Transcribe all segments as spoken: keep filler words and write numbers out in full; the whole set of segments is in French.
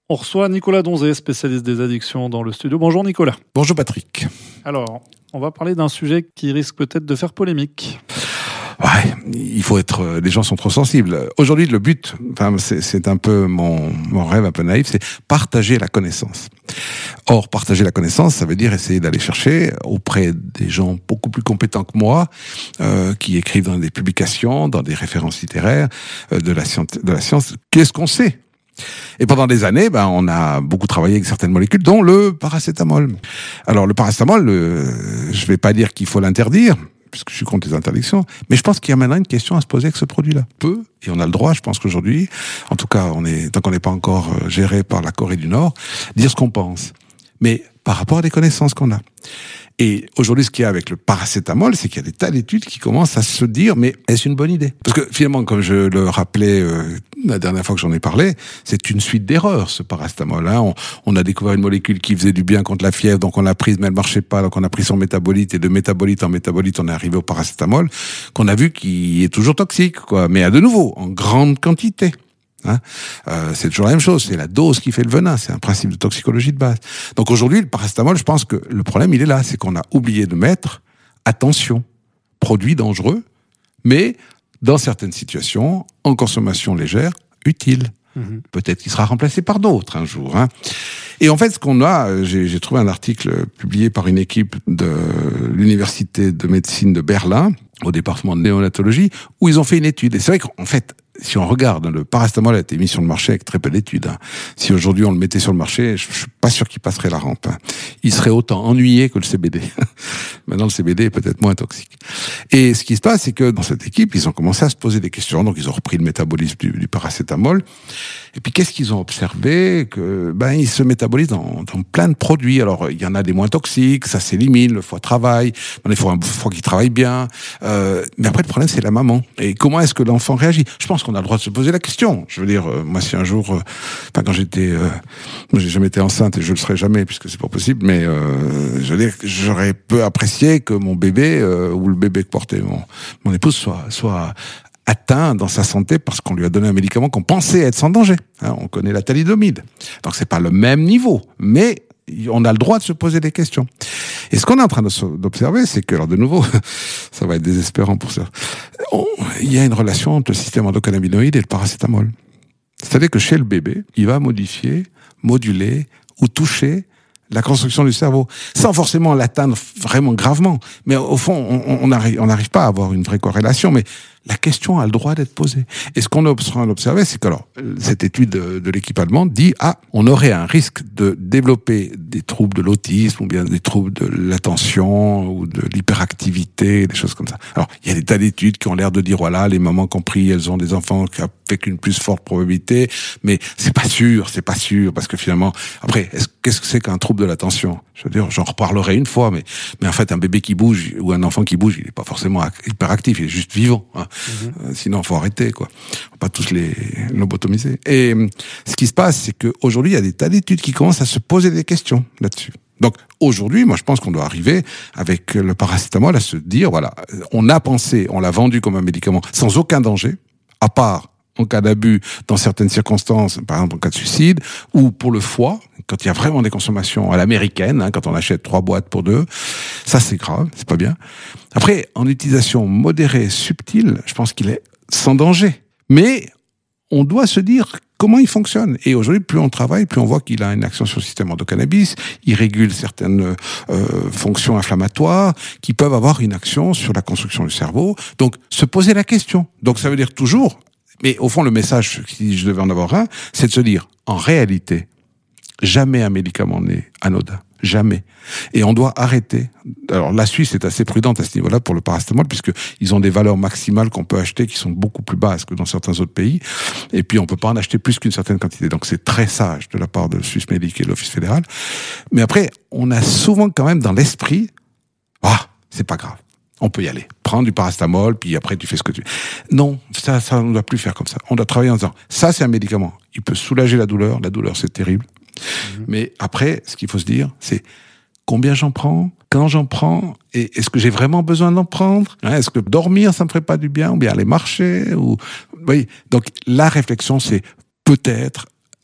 On reçoit Nicolas Donzé, spécialiste des addictions dans le studio. Bonjour Nicolas. Bonjour Patrick. Alors, on va parler d'un sujet qui risque peut-être de faire polémique. Ouais, il faut être. Les gens sont trop sensibles. Aujourd'hui, le but, enfin, c'est, c'est un peu mon, mon rêve un peu naïf, c'est partager la connaissance. Or, partager la connaissance, ça veut dire essayer d'aller chercher auprès des gens beaucoup plus compétents que moi, euh, qui écrivent dans des publications, dans des références littéraires, euh, de la science, de la science. Qu'est-ce qu'on sait ? Et pendant des années, ben, on a beaucoup travaillé avec certaines molécules, dont le paracétamol. Alors, le paracétamol, le, je vais pas dire qu'il faut l'interdire, puisque je suis contre les interdictions, mais je pense qu'il y a maintenant une question à se poser avec ce produit-là. Peu, et on a le droit, je pense qu'aujourd'hui, en tout cas, on est, tant qu'on n'est pas encore géré par la Corée du Nord, dire ce qu'on pense. Mais par rapport à des connaissances qu'on a. Et aujourd'hui, ce qu'il y a avec le paracétamol, c'est qu'il y a des tas d'études qui commencent à se dire, mais est-ce une bonne idée ? Parce que finalement, comme je le rappelais euh, la dernière fois que j'en ai parlé, c'est une suite d'erreurs, ce paracétamol. Hein. On, on a découvert une molécule qui faisait du bien contre la fièvre, donc on l'a prise, mais elle marchait pas, donc on a pris son métabolite, et de métabolite en métabolite, on est arrivé au paracétamol, qu'on a vu qui est toujours toxique, quoi, mais à de nouveau, en grande quantité. Hein euh, c'est toujours la même chose, c'est la dose qui fait le venin, c'est un principe de toxicologie de base. Donc aujourd'hui, le paracétamol, je pense que le problème, il est là, c'est qu'on a oublié de mettre, attention, produit dangereux, mais dans certaines situations, en consommation légère, utile. Mmh. Peut-être qu'il sera remplacé par d'autres un jour. Hein. Et en fait, ce qu'on a, j'ai, j'ai trouvé un article publié par une équipe de l'Université de médecine de Berlin, au département de néonatologie, où ils ont fait une étude. Et c'est vrai qu'en fait, si on regarde, le paracétamol a été mis sur le marché avec très peu d'études. Hein. Si aujourd'hui on le mettait sur le marché, je, je suis pas sûr qu'il passerait la rampe. Hein. Il serait autant ennuyé que le C B D. Maintenant, le C B D est peut-être moins toxique. Et ce qui se passe, c'est que dans cette équipe, ils ont commencé à se poser des questions. Donc, ils ont repris le métabolisme du, du paracétamol. Et puis, qu'est-ce qu'ils ont observé ? Que ben, il se métabolise dans, dans plein de produits. Alors, il y en a des moins toxiques, ça s'élimine, le foie travaille. Il faut un foie qui travaille bien. Euh, mais après, le problème, c'est la maman. Et comment est-ce que l'enfant réagit ? Je pense qu'on a le droit de se poser la question. Je veux dire, euh, moi, si un jour, euh, enfin, quand j'étais, euh, moi, j'ai jamais été enceinte et je le serai jamais puisque c'est pas possible. Mais euh, je veux dire, j'aurais peu apprécié que mon bébé euh, ou le bébé que portait mon, mon épouse soit soit atteint dans sa santé parce qu'on lui a donné un médicament qu'on pensait être sans danger. Hein, on connaît la thalidomide. Donc c'est pas le même niveau, mais on a le droit de se poser des questions. Et ce qu'on est en train de, d'observer, c'est que, alors de nouveau, ça va être désespérant pour ça, on, il y a une relation entre le système endocannabinoïde et le paracétamol. C'est-à-dire que chez le bébé, il va modifier, moduler ou toucher la construction du cerveau, sans forcément l'atteindre vraiment gravement. Mais au fond, on n'arrive on n'arrive pas à avoir une vraie corrélation, mais la question a le droit d'être posée. Et ce qu'on a observé, c'est que alors, cette étude de, de l'équipe allemande dit « Ah, on aurait un risque de développer des troubles de l'autisme ou bien des troubles de l'attention ou de l'hyperactivité, des choses comme ça. » Alors, il y a des tas d'études qui ont l'air de dire « Voilà, les mamans compris, elles ont des enfants avec une plus forte probabilité. » Mais c'est pas sûr, c'est pas sûr, parce que finalement, après, est-ce, qu'est-ce que c'est qu'un trouble de l'attention ? Je veux dire, j'en reparlerai une fois, mais, mais en fait, un bébé qui bouge ou un enfant qui bouge, il n'est pas forcément hyperactif, il est juste vivant. Hein. Mmh. Sinon, faut arrêter, quoi. On va pas tous les lobotomiser. Et ce qui se passe, c'est qu'aujourd'hui, il y a des tas d'études qui commencent à se poser des questions là-dessus. Donc, aujourd'hui, moi, je pense qu'on doit arriver, avec le paracétamol, à se dire, voilà, on a pensé, on l'a vendu comme un médicament sans aucun danger, à part en cas d'abus dans certaines circonstances, par exemple en cas de suicide, ou pour le foie, quand il y a vraiment des consommations à l'américaine, hein, quand on achète trois boîtes pour deux, ça c'est grave, c'est pas bien. Après, en utilisation modérée, subtile, je pense qu'il est sans danger. Mais on doit se dire comment il fonctionne. Et aujourd'hui, plus on travaille, plus on voit qu'il a une action sur le système endocannabis, il régule certaines euh, fonctions inflammatoires qui peuvent avoir une action sur la construction du cerveau. Donc, se poser la question. Donc, ça veut dire toujours... Mais au fond, le message, si je devais en avoir un, c'est de se dire, en réalité, jamais un médicament n'est anodin. Jamais. Et on doit arrêter. Alors, la Suisse est assez prudente à ce niveau-là pour le paracétamol, puisqu'ils ont des valeurs maximales qu'on peut acheter qui sont beaucoup plus basses que dans certains autres pays. Et puis, on peut pas en acheter plus qu'une certaine quantité. Donc, c'est très sage de la part de Suisse Médic et de l'Office fédéral. Mais après, on a souvent quand même dans l'esprit, ah, c'est pas grave. On peut y aller. Prends du paracétamol, puis après, tu fais ce que tu veux. Non, ça, ça, on ne doit plus faire comme ça. On doit travailler en disant, ça, c'est un médicament. Il peut soulager la douleur. La douleur, c'est terrible. Mmh. Mais après, ce qu'il faut se dire, c'est combien j'en prends, quand j'en prends, et est-ce que j'ai vraiment besoin d'en prendre ? Hein, est-ce que dormir, ça me ferait pas du bien, ou bien aller marcher, ou, oui. Donc, la réflexion, c'est peut-être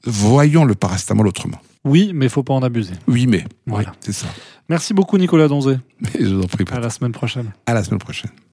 voyons le paracétamol autrement. Oui, mais il ne faut pas en abuser. Oui, mais. Voilà. Oui, c'est ça. Merci beaucoup, Nicolas Donzé. Je vous en prie. À la semaine prochaine. À la semaine prochaine.